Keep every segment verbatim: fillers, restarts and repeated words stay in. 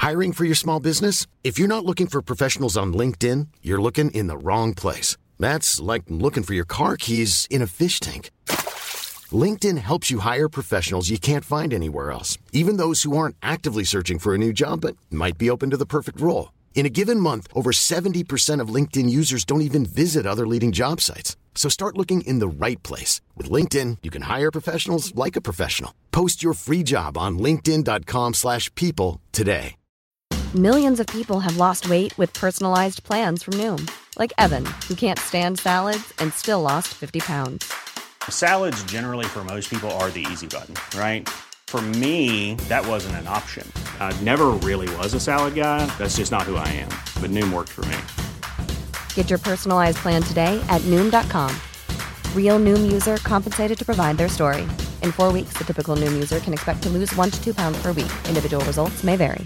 Hiring for your small business? If you're not looking for professionals on LinkedIn, you're looking in the wrong place. That's like looking for your car keys in a fish tank. LinkedIn helps you hire professionals you can't find anywhere else, even those who aren't actively searching for a new job but might be open to the perfect role. In a given month, over seventy percent of LinkedIn users don't even visit other leading job sites. So start looking in the right place. With LinkedIn, you can hire professionals like a professional. Post your free job on linkedin dot com slash people today. Millions of people have lost weight with personalized plans from Noom. Like Evan, who can't stand salads and still lost fifty pounds. Salads generally for most people are the easy button, right? For me, that wasn't an option. I never really was a salad guy. That's just not who I am. But Noom worked for me. Get your personalized plan today at Noom dot com. Real Noom user compensated to provide their story. In four weeks, the typical Noom user can expect to lose one to two pounds per week. Individual results may vary.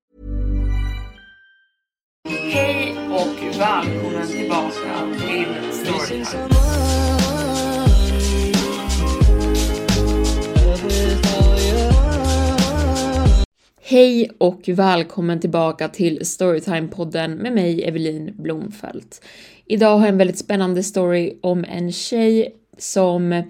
Hej och välkommen tillbaka till Storytime. Hej och välkommen tillbaka till Storytime-podden med mig, Evelin Blomfelt. Idag har jag en väldigt spännande story om en tjej som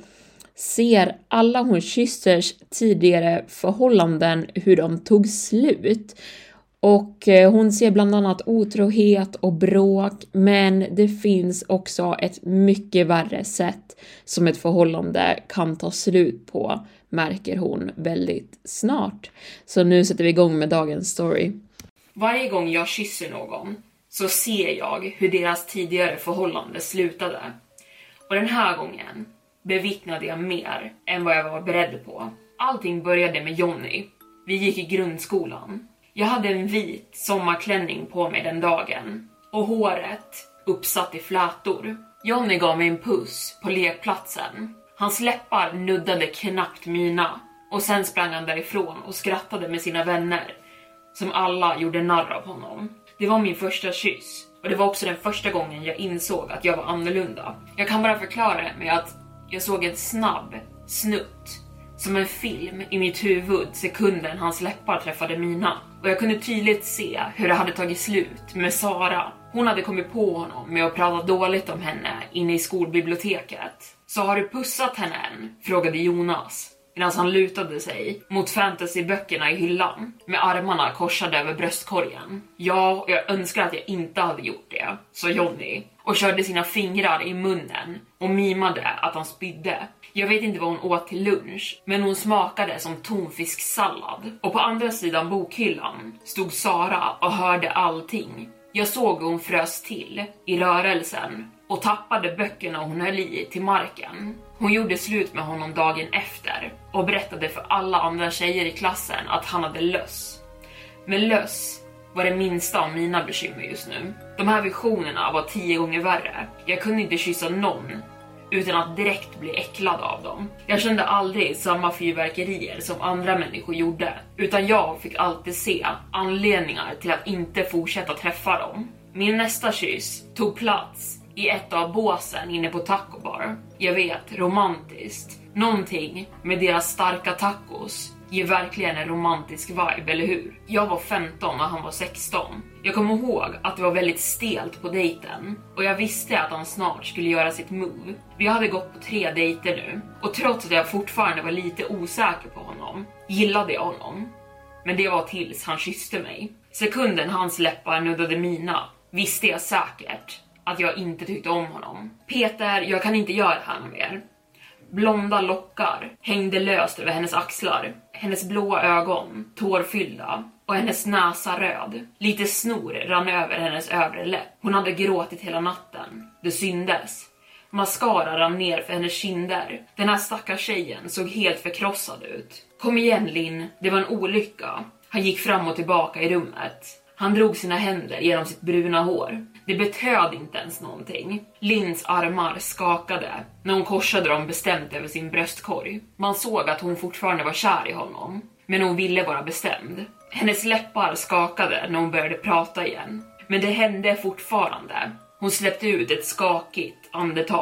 ser alla hon kyssers tidigare förhållanden, hur de tog slut. Och hon ser bland annat otrohet och bråk, men det finns också ett mycket värre sätt som ett förhållande kan ta slut på, märker hon väldigt snart. Så nu sätter vi igång med dagens story. Varje gång jag kysser någon så ser jag hur deras tidigare förhållande slutade. Och den här gången bevittnade jag mer än vad jag var beredd på. Allting började med Johnny. Vi gick i grundskolan. Jag hade en vit sommarklänning på mig den dagen och håret uppsatt i flätor. Johnny gav mig en puss på lekplatsen. Hans läppar nuddade knappt mina och sen sprang han därifrån och skrattade med sina vänner som alla gjorde narr av honom. Det var min första kyss och det var också den första gången jag insåg att jag var annorlunda. Jag kan bara förklara det med att jag såg en snabb snutt som en film i mitt huvud sekunden hans läppar träffade mina. Och jag kunde tydligt se hur det hade tagit slut med Sara. Hon hade kommit på honom med att prata dåligt om henne inne i skolbiblioteket. Så har du pussat henne än? Frågade Jonas medan han lutade sig mot fantasyböckerna i hyllan med armarna korsade över bröstkorgen. Ja, och jag önskar att jag inte hade gjort det, sa Johnny och körde sina fingrar i munnen och mimade att han spydde. Jag vet inte vad hon åt till lunch, men hon smakade som tonfisksallad. Och på andra sidan bokhyllan stod Sara och hörde allting. Jag såg hur hon frös till i rörelsen och tappade böckerna hon höll i till marken. Hon gjorde slut med honom dagen efter och berättade för alla andra tjejer i klassen att han hade löss. Men löss var det minsta av mina bekymmer just nu. De här visionerna var tio gånger värre. Jag kunde inte kyssa någon utan att direkt bli äcklad av dem. Jag kände aldrig samma fyrverkerier som andra människor gjorde, utan jag fick alltid se anledningar till att inte fortsätta träffa dem. Min nästa kyss tog plats i ett av båsen inne på taco bar. Jag vet, romantiskt. Någonting med deras starka tacos ger verkligen en romantisk vibe, eller hur? Jag var femton och han var sexton. Jag kommer ihåg att det var väldigt stelt på dejten och jag visste att han snart skulle göra sitt move. Vi hade gått på tre dejter nu och trots att jag fortfarande var lite osäker på honom gillade jag honom. Men det var tills han kysste mig. Sekunden hans läppar nuddade mina visste jag säkert att jag inte tyckte om honom. Peter, jag kan inte göra det här mer. Blonda lockar hängde löst över hennes axlar. Hennes blåa ögon, tårfyllda och hennes näsa röd. Lite snor rann över hennes övre läpp. Hon hade gråtit hela natten. Det syndes. Mascara rann ner för hennes kinder. Den här stackars tjejen såg helt förkrossad ut. Kom igen Linn, det var en olycka. Han gick fram och tillbaka i rummet. Han drog sina händer genom sitt bruna hår. Det betöd inte ens någonting. Linns armar skakade när hon korsade dem bestämt över sin bröstkorg. Man såg att hon fortfarande var kär i honom, men hon ville vara bestämd. Hennes läppar skakade när hon började prata igen. Men det hände fortfarande. Hon släppte ut ett skakigt andetag.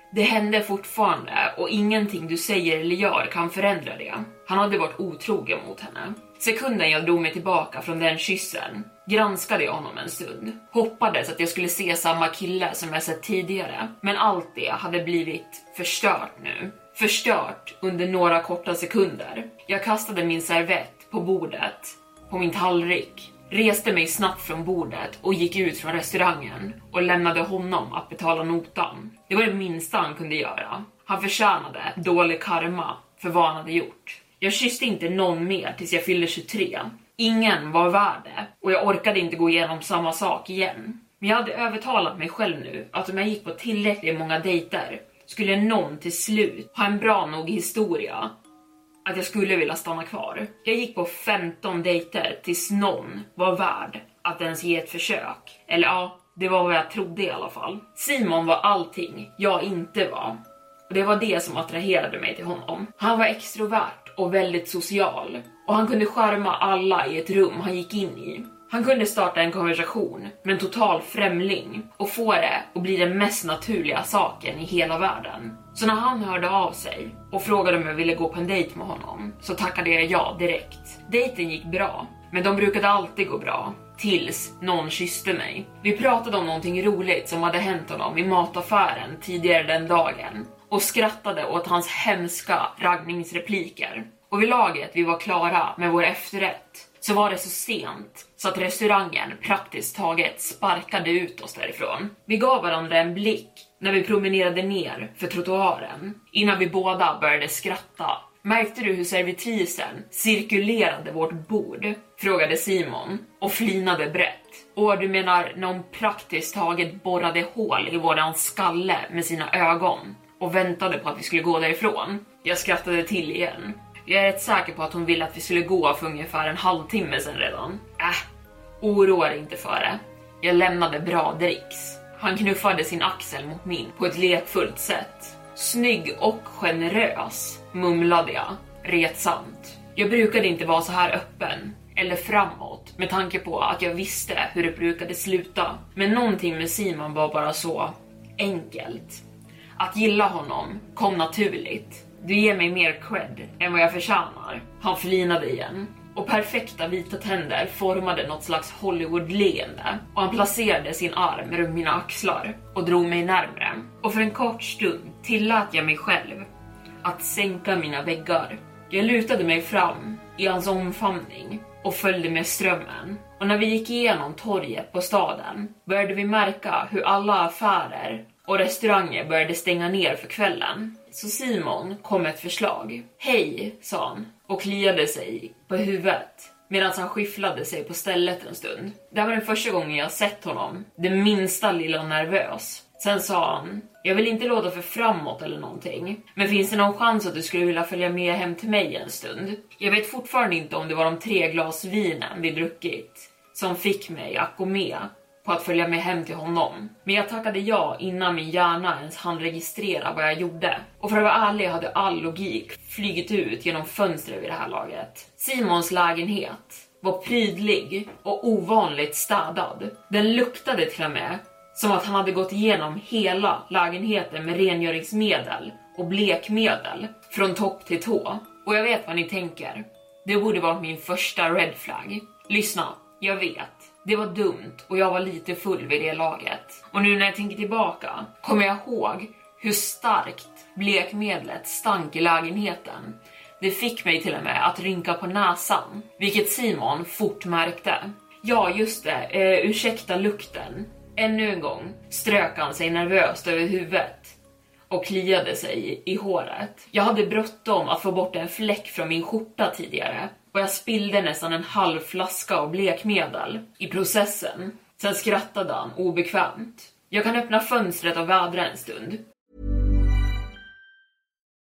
Det hände fortfarande och ingenting du säger eller gör kan förändra det. Han hade varit otrogen mot henne. Sekunden jag drog mig tillbaka från den kyssen granskade jag honom en stund. Hoppades att jag skulle se samma kille som jag sett tidigare. Men allt det hade blivit förstört nu. Förstört under några korta sekunder. Jag kastade min servett på bordet, på min tallrik. Reste mig snabbt från bordet och gick ut från restaurangen och lämnade honom att betala notan. Det var det minsta han kunde göra. Han förtjänade dålig karma för vad han hade gjort. Jag kysste inte någon mer tills jag fyllde tjugotre. Ingen var värd det och jag orkade inte gå igenom samma sak igen. Men jag hade övertalat mig själv nu att om jag gick på tillräckligt många dejter skulle någon till slut ha en bra nog historia att jag skulle vilja stanna kvar. Jag gick på femton dejter tills någon var värd att ens ge ett försök. Eller ja, det var vad jag trodde i alla fall. Simon var allting jag inte var. Och det var det som attraherade mig till honom. Han var extrovert och väldigt social. Och han kunde skärma alla i ett rum han gick in i. Han kunde starta en konversation med en total främling och få det att bli den mest naturliga saken i hela världen. Så när han hörde av sig och frågade om jag ville gå på en dejt med honom så tackade jag ja direkt. Dejten gick bra, men de brukade alltid gå bra. Tills någon kysste mig. Vi pratade om någonting roligt som hade hänt honom i mataffären tidigare den dagen. Och skrattade åt hans hemska raggningsrepliker. Och vid laget vi var klara med vår efterrätt så var det så sent så att restaurangen praktiskt taget sparkade ut oss därifrån. Vi gav varandra en blick när vi promenerade ner för trottoaren innan vi båda började skratta. Märkte du hur servitrisen cirkulerade vårt bord? Frågade Simon och flinade brett. Och du menar någon praktiskt taget borrade hål i våran skalle med sina ögon och väntade på att vi skulle gå därifrån? Jag skrattade till igen. Jag är rätt säker på att hon ville att vi skulle gå för ungefär en halvtimme sedan redan. Äh, oroa dig inte för det. Jag lämnade bra dricks. Han knuffade sin axel mot min på ett lekfullt sätt. Snygg och generös, mumlade jag, retsamt. Jag brukade inte vara så här öppen eller framåt med tanke på att jag visste hur det brukade sluta. Men någonting med Simon var bara så enkelt. Att gilla honom kom naturligt. Du ger mig mer cred än vad jag förtjänar. Han flinade igen. Och perfekta vita tänder formade något slags Hollywood-leende. Och han placerade sin arm runt mina axlar och drog mig närmare. Och för en kort stund tillät jag mig själv att sänka mina väggar. Jag lutade mig fram i hans omfamning och följde med strömmen. Och när vi gick igenom torget på staden började vi märka hur alla affärer och restauranger började stänga ner för kvällen. Så Simon kom med ett förslag. Hej, sa han och kliade sig på huvudet medan han skifflade sig på stället en stund. Det var den första gången jag sett honom det minsta lilla nervös. Sen sa han, jag vill inte låta för framåt eller någonting, men finns det någon chans att du skulle vilja följa med hem till mig en stund? Jag vet fortfarande inte om det var de tre glas vinen vi druckit som fick mig att gå med på att följa med hem till honom. Men jag tackade ja innan min hjärna ens hann registrera vad jag gjorde. Och för att vara ärlig hade all logik flygit ut genom fönstret vid det här laget. Simons lägenhet var prydlig och ovanligt städad. Den luktade till och med som att han hade gått igenom hela lägenheten med rengöringsmedel och blekmedel från topp till tå. Och jag vet vad ni tänker. Det borde vara min första red flag. Lyssna, jag vet. Det var dumt och jag var lite full vid det laget. Och nu när jag tänker tillbaka kommer jag ihåg hur starkt blekmedlet stank i lägenheten. Det fick mig till och med att rynka på näsan, vilket Simon fort märkte. Ja, just det, eh, ursäkta lukten. Ännu en gång strök han sig nervöst över huvudet och kliade sig i håret. Jag hade bråttom att få bort en fläck från min skjorta tidigare och jag spillde nästan en halv flaska av blekmedel i processen. Sen skrattade han obekvämt. Jag kan öppna fönstret och vädra en stund.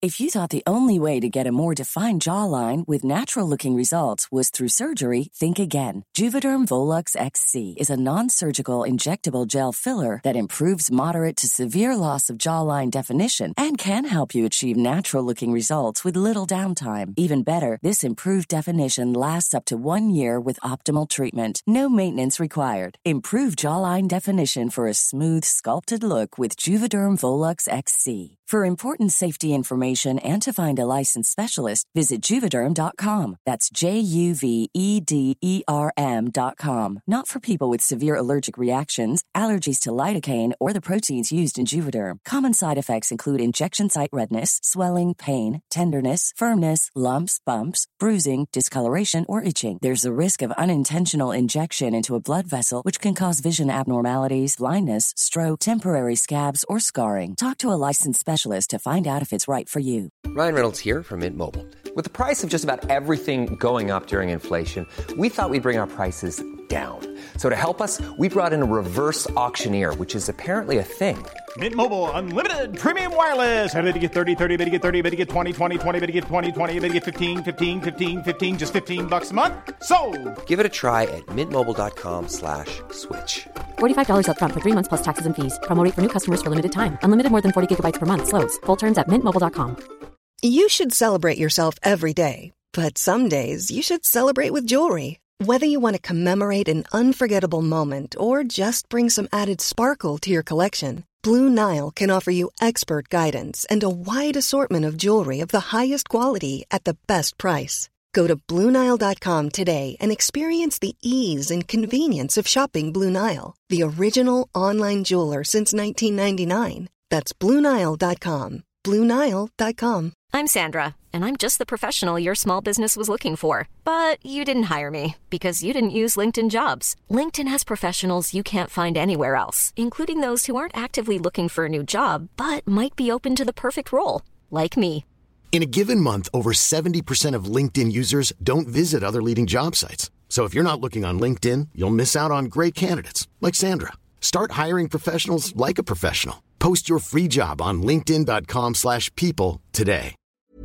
If you thought the only way to get a more defined jawline with natural-looking results was through surgery, think again. Juvederm Volux X C is a non-surgical injectable gel filler that improves moderate to severe loss of jawline definition and can help you achieve natural-looking results with little downtime. Even better, this improved definition lasts up to one year with optimal treatment. No maintenance required. Improve jawline definition for a smooth, sculpted look with Juvederm Volux X C. For important safety information and to find a licensed specialist, visit Juvederm dot com. That's J U V E D E R M dot com. Not for people with severe allergic reactions, allergies to lidocaine, or the proteins used in Juvederm. Common side effects include injection site redness, swelling, pain, tenderness, firmness, lumps, bumps, bruising, discoloration, or itching. There's a risk of unintentional injection into a blood vessel, which can cause vision abnormalities, blindness, stroke, temporary scabs, or scarring. Talk to a licensed specialist to find out if it's right for you. Ryan Reynolds here from Mint Mobile. With the price of just about everything going up during inflation, we thought we'd bring our prices down. So to help us, we brought in a reverse auctioneer, which is apparently a thing. Mint Mobile Unlimited Premium Wireless. How to get thirty, thirty, how to get thirty, how to get twenty, twenty, twenty, how to get twenty, twenty, how to get fifteen, fifteen, fifteen, fifteen, just fifteen bucks a month? Sold! Give it a try at mintmobile.com slash switch. forty-five dollars up front for three months plus taxes and fees. Promo rate for new customers for limited time. Unlimited more than forty gigabytes per month. Slows full terms at mint mobile dot com. You should celebrate yourself every day. But some days you should celebrate with jewelry. Whether you want to commemorate an unforgettable moment or just bring some added sparkle to your collection, Blue Nile can offer you expert guidance and a wide assortment of jewelry of the highest quality at the best price. Go to blue nile dot com today and experience the ease and convenience of shopping Blue Nile, the original online jeweler since nineteen ninety-nine. That's blue nile dot com. blue nile dot com. I'm Sandra, and I'm just the professional your small business was looking for. But you didn't hire me because you didn't use LinkedIn Jobs. LinkedIn has professionals you can't find anywhere else, including those who aren't actively looking for a new job, but might be open to the perfect role, like me. In a given month, over seventy percent of LinkedIn users don't visit other leading job sites. So if you're not looking on LinkedIn, you'll miss out on great candidates like Sandra. Start hiring professionals like a professional. Post your free job on linkedin dot com slash people today.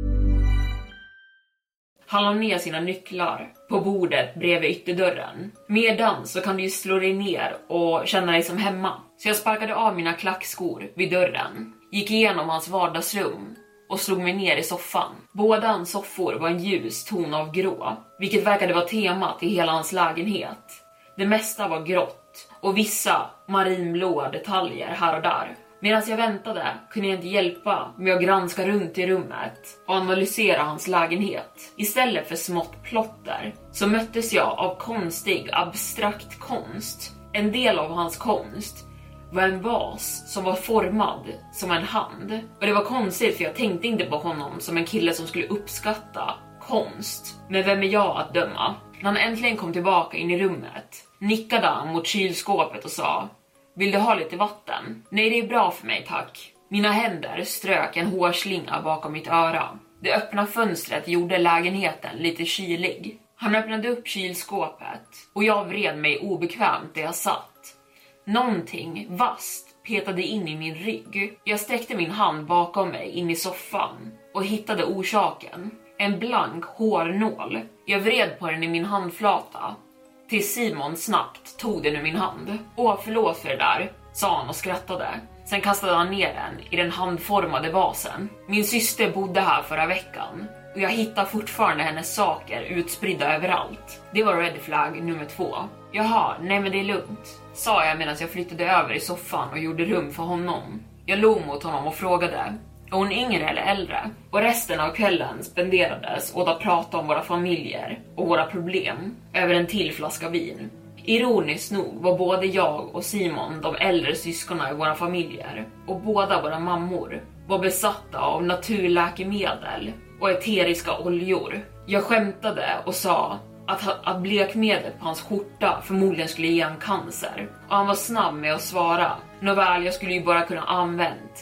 Han la ner sina nycklar på bordet bredvid ytterdörren. Medan så kan du ju slå dig ner och känna dig som hemma. Så jag sparkade av mina klackskor vid dörren. Gick igenom hans vardagsrum och slog mig ner i soffan. Båda hans soffor var en ljus ton av grå, vilket verkade vara temat i hela hans lägenhet. Det mesta var grått och vissa marinblåa detaljer här och där. Medan jag väntade kunde jag inte hjälpa med att granska runt i rummet och analysera hans lägenhet. Istället för smått plotter så möttes jag av konstig, abstrakt konst. En del av hans konst var en vas som var formad som en hand. Och det var konstigt för jag tänkte inte på honom som en kille som skulle uppskatta konst. Men vem är jag att döma? När han äntligen kom tillbaka in i rummet nickade han mot kylskåpet och sa: vill du ha lite vatten? Nej, det är bra för mig, tack. Mina händer strök en hårslinga bakom mitt öra. Det öppna fönstret gjorde lägenheten lite kylig. Han öppnade upp kylskåpet och jag vred mig obekvämt där jag satt. Någonting vasst petade in i min rygg. Jag sträckte min hand bakom mig in i soffan och hittade orsaken. En blank hårnål. Jag vred på den i min handflata till Simon snabbt tog den ur min hand. Åh, förlåt för det där, sa han och skrattade. Sen kastade han ner den i den handformade vasen. Min syster bodde här förra veckan och jag hittar fortfarande hennes saker utspridda överallt. Det var red flag nummer två. Jaha, nej men det är lugnt, sa jag medan jag flyttade över i soffan och gjorde rum för honom. Jag log mot honom och frågade: är hon yngre eller äldre? Och resten av kvällen spenderades åt att prata om våra familjer och våra problem över en till flaska vin. Ironiskt nog var både jag och Simon de äldre syskonen i våra familjer och båda våra mammor var besatta av naturläkemedel och eteriska oljor. Jag skämtade och sa att, att blekmedlet på hans skjorta förmodligen skulle ge han cancer. Och han var snabb med att svara: nåväl, jag skulle ju bara kunna använt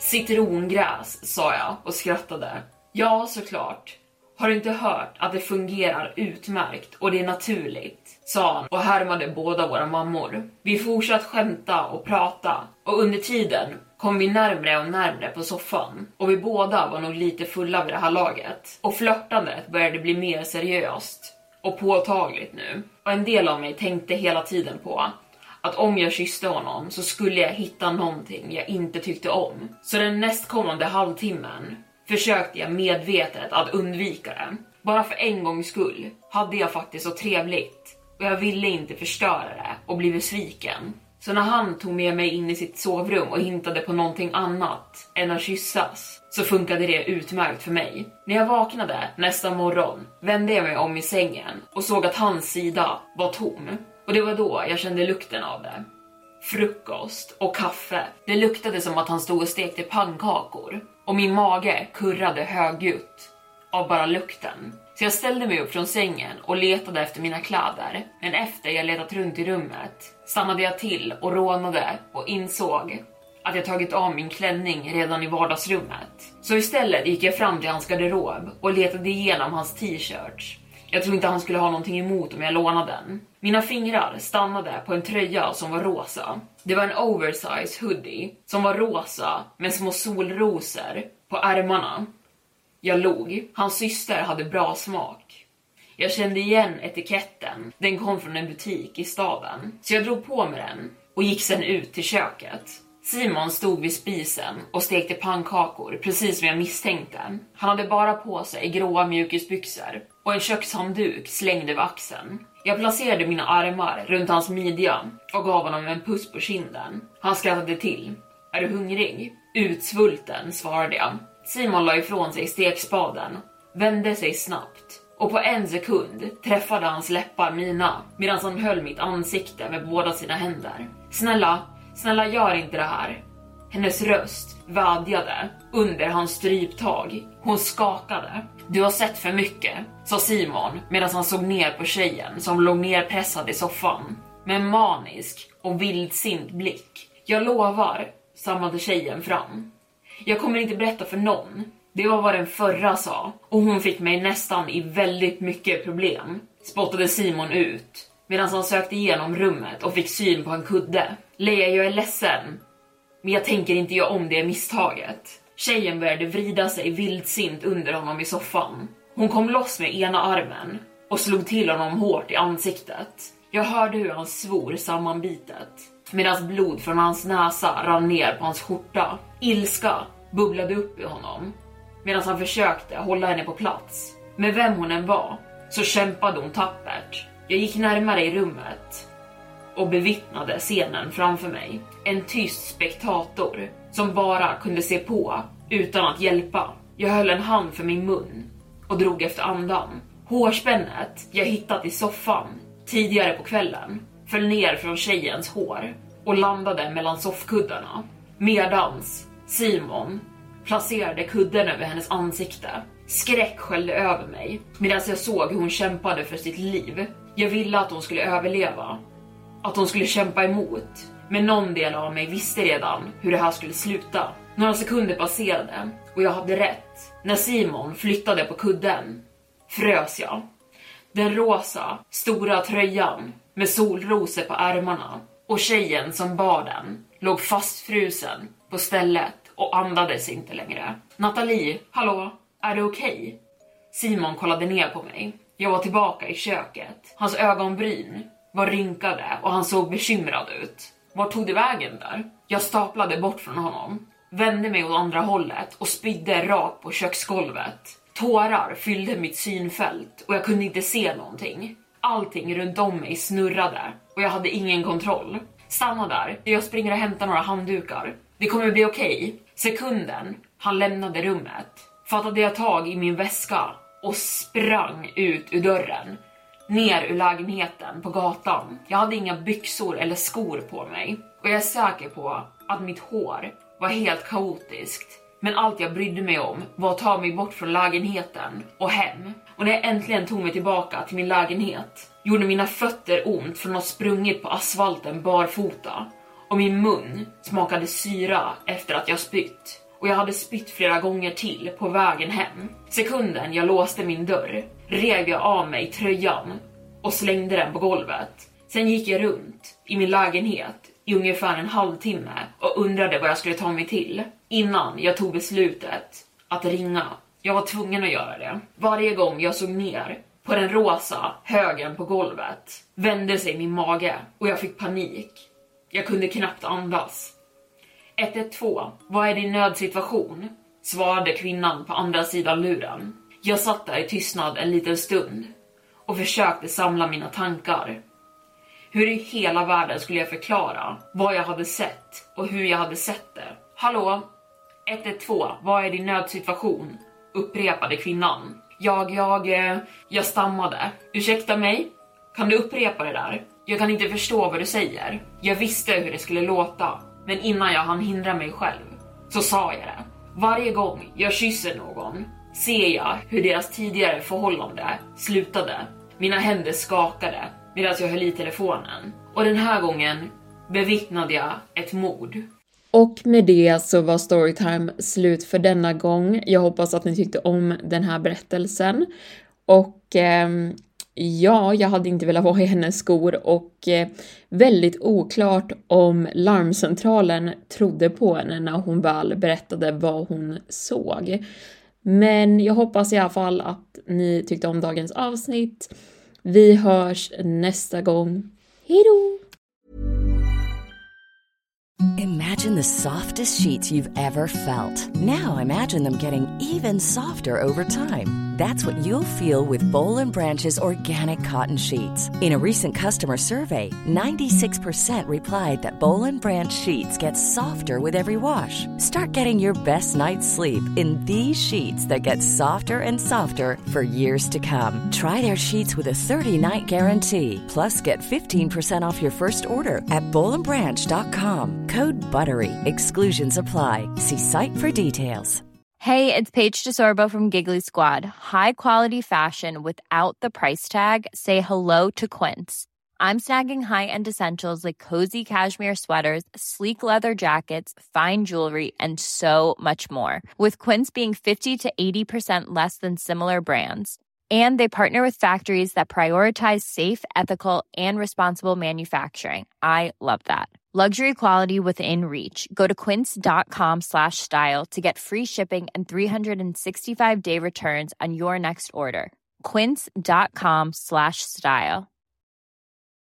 citrongräs, sa jag och skrattade. Ja, såklart. Har du inte hört att det fungerar utmärkt och det är naturligt? sa han och härmade båda våra mammor. Vi fortsatte skämta och prata och under tiden kom vi närmare och närmare på soffan och vi båda var nog lite fulla vid det här laget och flörtandet började bli mer seriöst och påtagligt nu. Och en del av mig tänkte hela tiden på att om jag kysste honom så skulle jag hitta någonting jag inte tyckte om. Så den nästkommande halvtimmen försökte jag medvetet att undvika det. Bara för en gångs skull hade jag faktiskt så trevligt och jag ville inte förstöra det och bli besviken. Så när han tog med mig in i sitt sovrum och hintade på någonting annat än att kyssas så funkade det utmärkt för mig. När jag vaknade nästa morgon vände jag mig om i sängen och såg att hans sida var tom. Och det var då jag kände lukten av det. Frukost och kaffe. Det luktade som att han stod och stekte pannkakor. Och min mage kurrade högljutt av bara lukten. Så jag ställde mig upp från sängen och letade efter mina kläder. Men efter jag letat runt i rummet stannade jag till och rånade och insåg att jag tagit av min klänning redan i vardagsrummet. Så istället gick jag fram till hans garderob och letade igenom hans t-shirts. Jag tror inte han skulle ha någonting emot om jag lånade den. Mina fingrar stannade på en tröja som var rosa. Det var en oversize hoodie som var rosa med små solrosor på ärmarna. Jag log. Hans syster hade bra smak. Jag kände igen etiketten. Den kom från en butik i staden. Så jag drog på mig den och gick sen ut till köket. Simon stod vid spisen och stekte pannkakor, precis som jag misstänkte. Han hade bara på sig gråa mjukisbyxor och en kökshandduk slängd över axeln. Jag placerade mina armar runt hans midja och gav honom en puss på kinden. Han skrattade till. Är du hungrig? Utsvulten, svarade jag. Simon la ifrån sig stekspaden, vände sig snabbt och på en sekund träffade hans läppar mina medan han höll mitt ansikte med båda sina händer. Snälla, snälla gör inte det här. Hennes röst vädjade under hans stryptag. Hon skakade. Du har sett för mycket, sa Simon medan han såg ner på tjejen som låg nerpressad i soffan med en manisk och vildsint blick. Jag lovar, sammade tjejen fram. Jag kommer inte berätta för någon. Det var vad den förra sa och hon fick mig nästan i väldigt mycket problem, spottade Simon ut medan han sökte igenom rummet och fick syn på en kudde. Leia, jag är ledsen, men jag tänker inte göra om det misstaget. Tjejen började vrida sig vildsint under honom i soffan. Hon kom loss med ena armen och slog till honom hårt i ansiktet. Jag hörde hur han svor sammanbitet medan blod från hans näsa rann ner på hans skjorta. Ilska bubblade upp i honom medan han försökte hålla henne på plats. Med vem hon än var så kämpade hon tappert. Jag gick närmare i rummet och bevittnade scenen framför mig. En tyst spektator som bara kunde se på utan att hjälpa. Jag höll en hand för min mun och drog efter andan. Hårspännet jag hittat i soffan tidigare på kvällen föll ner från tjejens hår och landade mellan soffkuddarna. Medans Simon placerade kudden över hennes ansikte. Skräck skällde över mig medan jag såg hur hon kämpade för sitt liv. Jag ville att hon skulle överleva. Att hon skulle kämpa emot. Men någon del av mig visste redan hur det här skulle sluta. Några sekunder passerade och jag hade rätt. När Simon flyttade på kudden frös jag. Den rosa, stora tröjan med solrosor på ärmarna och tjejen som bar den låg fastfrusen på stället och andades inte längre. Nathalie, hallå, är du okej? Okay? Simon kollade ner på mig. Jag var tillbaka i köket. Hans ögonbryn var rynkade och han såg bekymrad ut. Var tog det vägen där? Jag staplade bort från honom, vände mig åt andra hållet och spydde rakt på köksgolvet. Tårar fyllde mitt synfält och jag kunde inte se någonting. Allting runt om mig snurrade och jag hade ingen kontroll. Stanna där, jag springer och hämtar några handdukar. Det kommer bli okej. Okay. Sekunden han lämnade rummet fattade jag tag i min väska och sprang ut ur dörren. Ner ur lägenheten på gatan. Jag hade inga byxor eller skor på mig. Och jag är säker på att mitt hår var helt kaotiskt. Men allt jag brydde mig om var att ta mig bort från lägenheten och hem. Och när jag äntligen tog mig tillbaka till min lägenhet gjorde mina fötter ont från att ha sprungit på asfalten barfota. Och min mun smakade syra efter att jag spytt. Och jag hade spytt flera gånger till på vägen hem. Sekunden jag låste min dörr rev jag av mig tröjan och slängde den på golvet. Sen gick jag runt i min lägenhet i ungefär en halvtimme och undrade vad jag skulle ta mig till innan jag tog beslutet att ringa. Jag var tvungen att göra det. Varje gång jag såg ner på den rosa högen på golvet vände sig min mage och jag fick panik. Jag kunde knappt andas. ett ett två, vad är din nödsituation? Svarade kvinnan på andra sidan luren. Jag satt där i tystnad en liten stund och försökte samla mina tankar. Hur i hela världen skulle jag förklara vad jag hade sett och hur jag hade sett det? Hallå? ett ett två, vad är din nödsituation? Upprepade kvinnan. Jag, jag, jag stammade. Ursäkta mig? Kan du upprepa det där? Jag kan inte förstå vad du säger. Jag visste hur det skulle låta. Men innan jag hann hindra mig själv så sa jag det. Varje gång jag kysser någon ser jag hur deras tidigare förhållande slutade. Mina händer skakade medan jag höll i telefonen. Och den här gången bevittnade jag ett mord. Och med det så var Storytime slut för denna gång. Jag hoppas att ni tyckte om den här berättelsen. Och eh, ja, jag hade inte velat vara i hennes skor. Och eh, väldigt oklart om larmcentralen trodde på henne när hon väl berättade vad hon såg. Men jag hoppas i alla fall att ni tyckte om dagens avsnitt. Vi hörs nästa gång. Hej då! Imagine the softest sheets you've ever felt. Now imagine them getting even softer over time. That's what you'll feel with Boll and Branch's organic cotton sheets. In a recent customer survey, ninety-six percent replied that Boll and Branch sheets get softer with every wash. Start getting your best night's sleep in these sheets that get softer and softer for years to come. Try their sheets with a thirty-night guarantee. Plus, get fifteen percent off your first order at boll and branch dot com. Code BUTTERY. Exclusions apply. See site for details. Hey, it's Paige DeSorbo from Giggly Squad. High quality fashion without the price tag. Say hello to Quince. I'm snagging high-end essentials like cozy cashmere sweaters, sleek leather jackets, fine jewelry, and so much more. With Quince being fifty to eighty percent less than similar brands. And they partner with factories that prioritize safe, ethical, and responsible manufacturing. I love that. Luxury quality within reach. Go to quince.com slash style to get free shipping and three sixty-five day returns on your next order. Quince.com slash style.